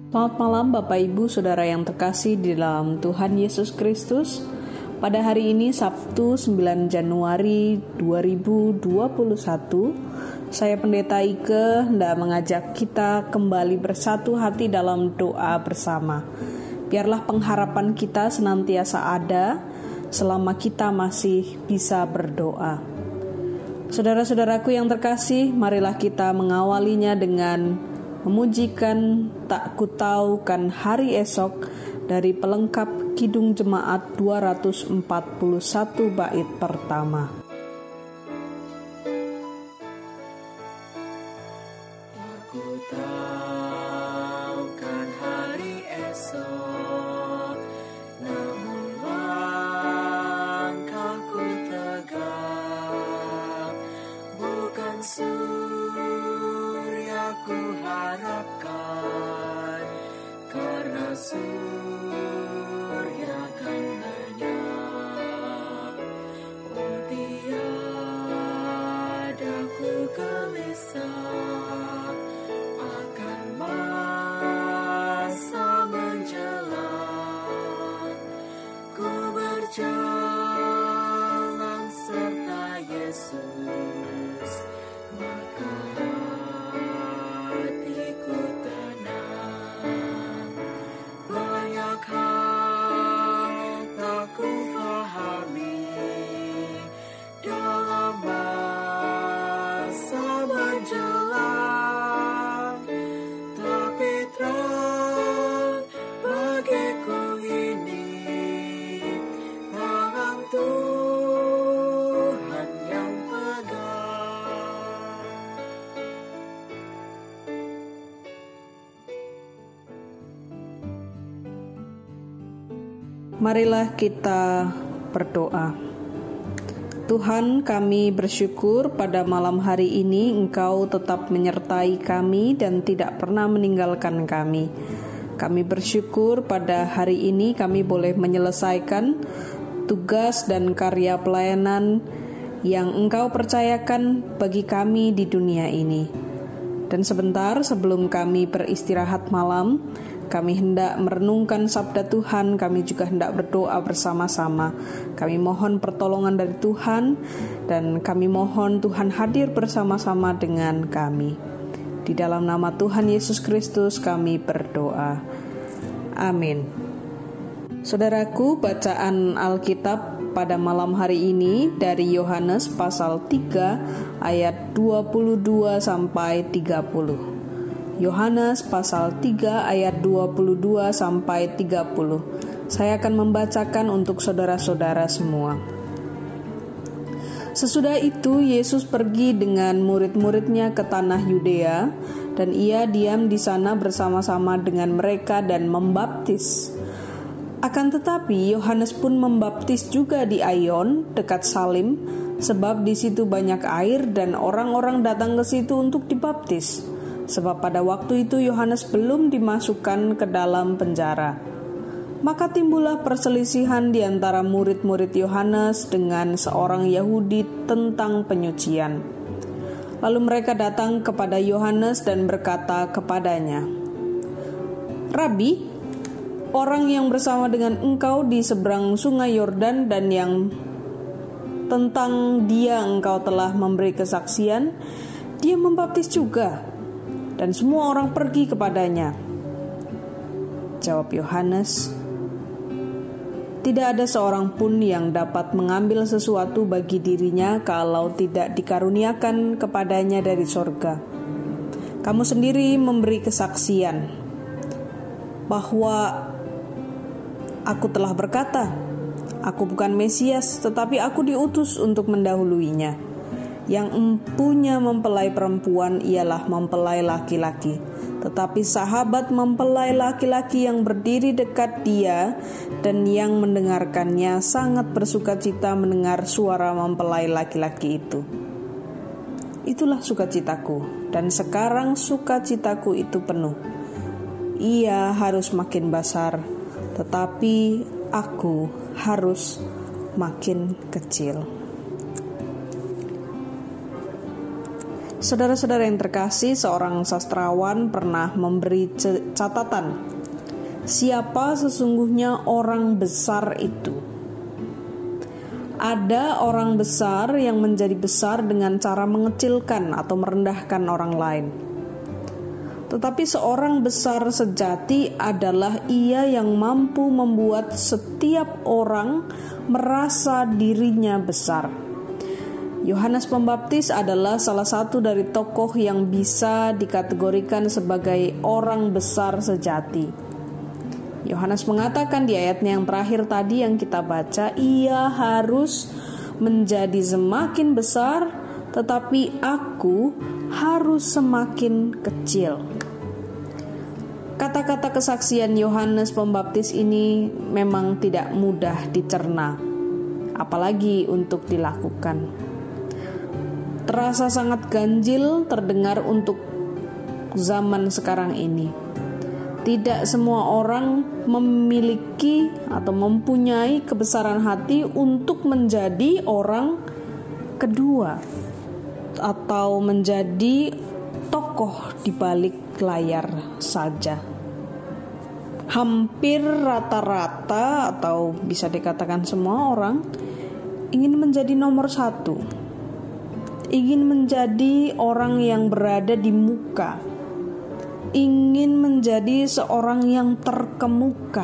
Selamat malam Bapak Ibu Saudara yang terkasih di dalam Tuhan Yesus Kristus. Pada hari ini Sabtu 9 Januari 2021, saya Pendeta Ike hendak mengajak kita kembali bersatu hati dalam doa bersama. Biarlah pengharapan kita senantiasa ada selama kita masih bisa berdoa. Saudara-saudaraku yang terkasih, marilah kita mengawalinya dengan memujikan Tak Kutaukan Hari Esok dari pelengkap Kidung Jemaat 241 bait pertama. Aku taukan hari esok, namun langkahku tegak, bukan surya ku harapkan, karena surya kan lenyap. Oh tiada ku gelisah akan masa menjelang, ku berjalan serta Yesus, maka hatiku tenang. Banyak hal tak ku fahami dalam masa menjelang, tapi terang bagiku ini tangan Tuhan yang pegang. Marilah kita berdoa. Tuhan, kami bersyukur pada malam hari ini Engkau tetap menyertai kami dan tidak pernah meninggalkan kami. Kami bersyukur pada hari ini kami boleh menyelesaikan tugas dan karya pelayanan yang Engkau percayakan bagi kami di dunia ini. Dan sebentar sebelum kami beristirahat malam, kami hendak merenungkan sabda Tuhan, kami juga hendak berdoa bersama-sama. Kami mohon pertolongan dari Tuhan, dan kami mohon Tuhan hadir bersama-sama dengan kami. Di dalam nama Tuhan Yesus Kristus kami berdoa. Amin. Saudaraku, bacaan Alkitab pada malam hari ini dari Yohanes pasal 3 ayat 22 sampai 30. Yohanes pasal 3 ayat 22 sampai 30. Saya akan membacakan untuk saudara-saudara semua. Sesudah itu Yesus pergi dengan murid-muridnya ke tanah Yudea, dan ia diam di sana bersama-sama dengan mereka dan membaptis. Akan tetapi Yohanes pun membaptis juga di Aion dekat Salim, sebab di situ banyak air dan orang-orang datang ke situ untuk dibaptis. Sebab pada waktu itu Yohanes belum dimasukkan ke dalam penjara. Maka timbullah perselisihan di antara murid-murid Yohanes dengan seorang Yahudi tentang penyucian. Lalu mereka datang kepada Yohanes dan berkata kepadanya, "Rabi, orang yang bersama dengan engkau di seberang sungai Yordan dan yang tentang dia engkau telah memberi kesaksian, dia membaptis juga, dan semua orang pergi kepadanya." Jawab Yohanes, "Tidak ada seorang pun yang dapat mengambil sesuatu bagi dirinya kalau tidak dikaruniakan kepadanya dari sorga. Kamu sendiri memberi kesaksian bahwa aku telah berkata, aku bukan Mesias, tetapi aku diutus untuk mendahuluinya. Yang empunya mempelai perempuan ialah mempelai laki-laki, tetapi sahabat mempelai laki-laki yang berdiri dekat dia dan yang mendengarkannya sangat bersukacita mendengar suara mempelai laki-laki itu. Itulah sukacitaku, dan sekarang sukacitaku itu penuh. Ia harus makin besar, tetapi aku harus makin kecil." Saudara-saudara yang terkasih, seorang sastrawan pernah memberi catatan, siapa sesungguhnya orang besar itu. Ada orang besar yang menjadi besar dengan cara mengecilkan atau merendahkan orang lain. Tetapi seorang besar sejati adalah ia yang mampu membuat setiap orang merasa dirinya besar. Yohanes Pembaptis adalah salah satu dari tokoh yang bisa dikategorikan sebagai orang besar sejati. Yohanes mengatakan di ayatnya yang terakhir tadi yang kita baca, ia harus menjadi semakin besar, tetapi aku harus semakin kecil. Kata-kata kesaksian Yohanes Pembaptis ini memang tidak mudah dicerna, apalagi untuk dilakukan. Terasa sangat ganjil terdengar untuk zaman sekarang ini. Tidak semua orang memiliki atau mempunyai kebesaran hati untuk menjadi orang kedua atau menjadi tokoh di balik layar saja. Hampir rata-rata atau bisa dikatakan semua orang ingin menjadi nomor satu, ingin menjadi orang yang berada di muka, ingin menjadi seorang yang terkemuka.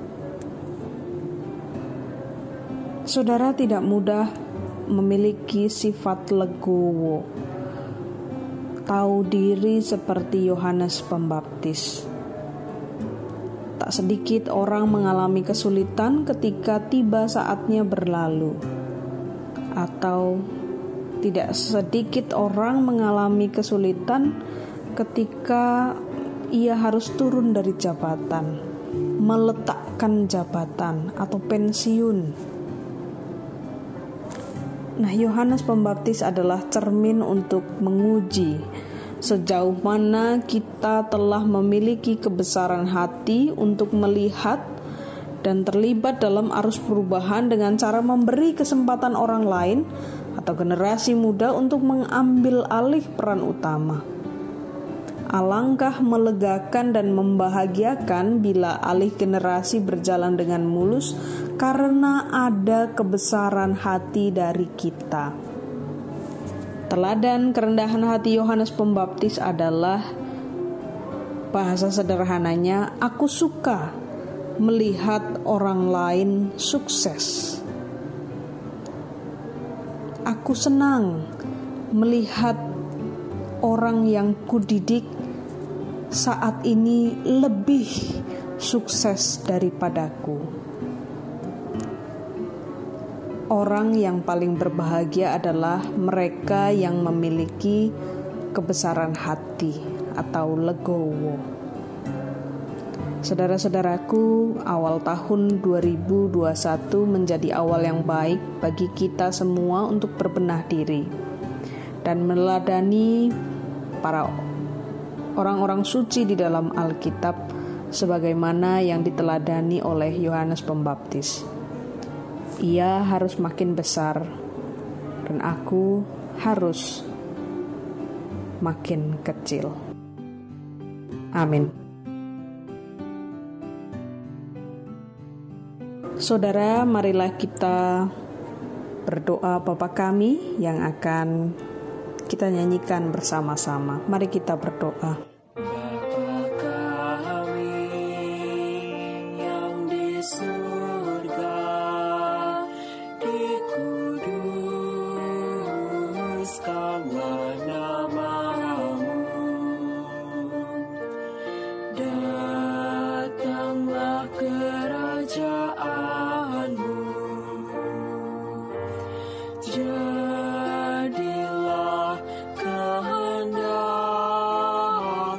Saudara, tidak mudah memiliki sifat legowo, tahu diri seperti Yohanes Pembaptis. Tak sedikit orang mengalami kesulitan ketika tiba saatnya berlalu, atau tidak sedikit orang mengalami kesulitan ketika ia harus turun dari jabatan, meletakkan jabatan atau pensiun. Nah, Yohanes Pembaptis adalah cermin untuk menguji sejauh mana kita telah memiliki kebesaran hati untuk melihat dan terlibat dalam arus perubahan dengan cara memberi kesempatan orang lain atau generasi muda untuk mengambil alih peran utama. Alangkah melegakan dan membahagiakan bila alih generasi berjalan dengan mulus karena ada kebesaran hati dari kita. Teladan kerendahan hati Yohanes Pembaptis adalah, bahasa sederhananya, aku suka melihat orang lain sukses. Aku senang melihat orang yang kudidik saat ini lebih sukses daripadaku. Orang yang paling berbahagia adalah mereka yang memiliki kebesaran hati atau legowo. Saudara-saudaraku, awal tahun 2021 menjadi awal yang baik bagi kita semua untuk berbenah diri dan meneladani para orang-orang suci di dalam Alkitab sebagaimana yang diteladani oleh Yohanes Pembaptis. Ia harus makin besar dan aku harus makin kecil. Amin. Saudara, marilah kita berdoa Bapa kami yang akan kita nyanyikan bersama-sama. Mari kita berdoa. Bapa kami yang di surga, dikuduskanlah nama-Mu, datanglah kerajaan-Mu, jadilah kehendak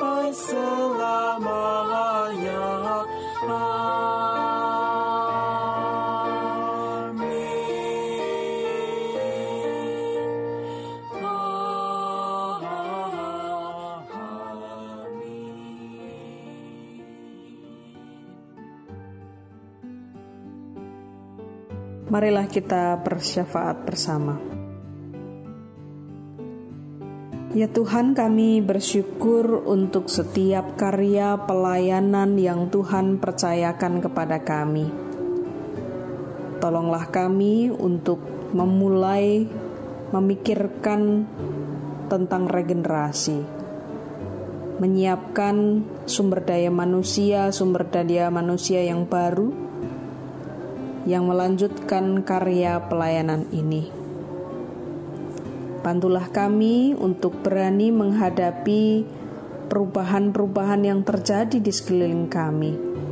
sampai selamanya. Marilah kita bersyafaat bersama. Ya Tuhan, kami bersyukur untuk setiap karya pelayanan yang Tuhan percayakan kepada kami. Tolonglah kami untuk memulai memikirkan tentang regenerasi, menyiapkan sumber daya manusia yang baru, yang melanjutkan karya pelayanan ini. Bantulah kami untuk berani menghadapi perubahan-perubahan yang terjadi di sekeliling kami.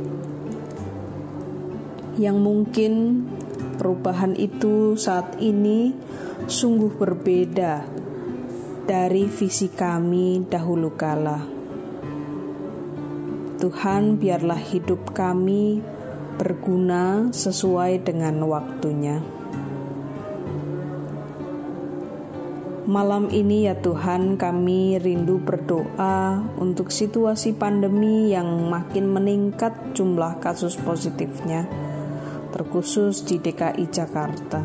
Yang mungkin perubahan itu saat ini sungguh berbeda dari visi kami dahulu kala. Tuhan, biarlah hidup kami berguna sesuai dengan waktunya. Malam ini ya Tuhan, kami rindu berdoa untuk situasi pandemi yang makin meningkat jumlah kasus positifnya, terkhusus di DKI Jakarta.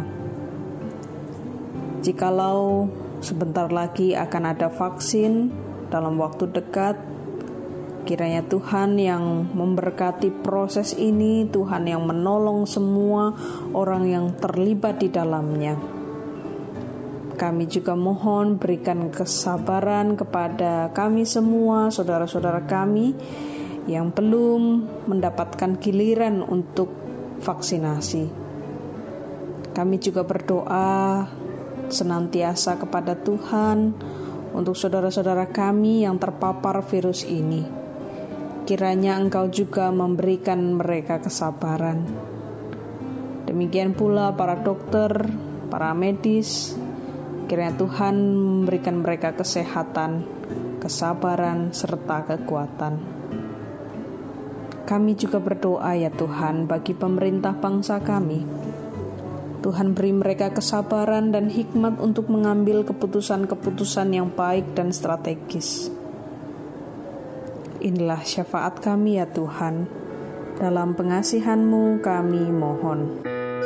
Jikalau sebentar lagi akan ada vaksin dalam waktu dekat, kiranya Tuhan yang memberkati proses ini, Tuhan yang menolong semua orang yang terlibat di dalamnya. Kami juga mohon berikan kesabaran kepada kami semua, saudara-saudara kami yang belum mendapatkan giliran untuk vaksinasi. Kami juga berdoa senantiasa kepada Tuhan untuk saudara-saudara kami yang terpapar virus ini. Kiranya Engkau juga memberikan mereka kesabaran. Demikian pula para dokter, para medis, kiranya Tuhan memberikan mereka kesehatan, kesabaran, serta kekuatan. Kami juga berdoa ya Tuhan bagi pemerintah bangsa kami. Tuhan beri mereka kesabaran dan hikmat untuk mengambil keputusan-keputusan yang baik dan strategis. Inilah syafaat kami ya Tuhan, dalam pengasihan-Mu kami mohon.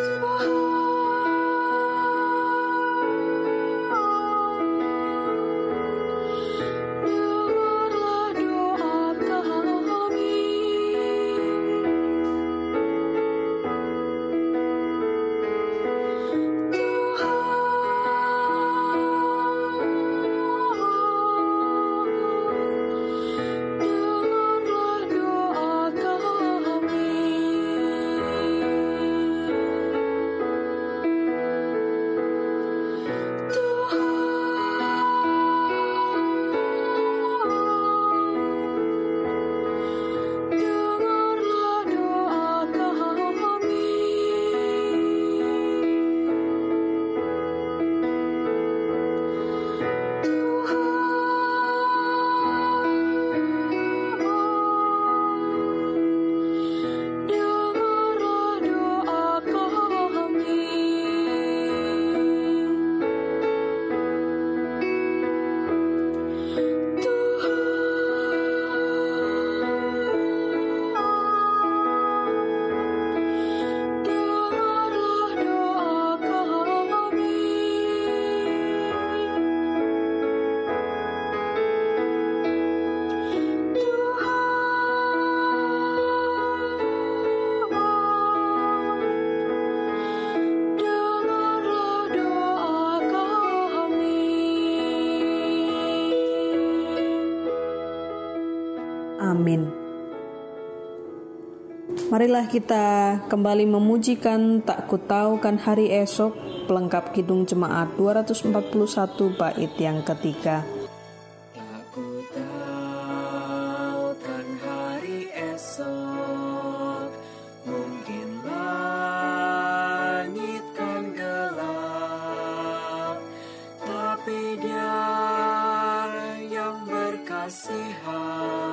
Amin. Marilah kita kembali memujikan Tak Kutaukan Hari Esok, pelengkap Kidung Jemaat 241 bait yang ketiga. Tak kutaukan hari esok, mungkin langit kan gelap, tapi Dia yang berkasihan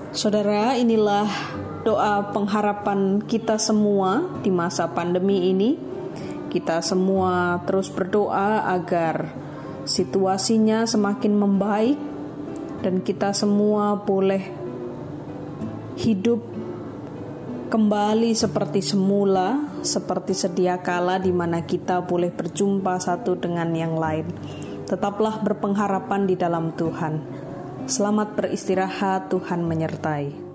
Saudara, inilah doa pengharapan kita semua di masa pandemi ini. Kita semua terus berdoa agar situasinya semakin membaik dan kita semua boleh hidup kembali seperti semula, seperti sedia kala di mana kita boleh berjumpa satu dengan yang lain. Tetaplah berpengharapan di dalam Tuhan. Selamat beristirahat, Tuhan menyertai.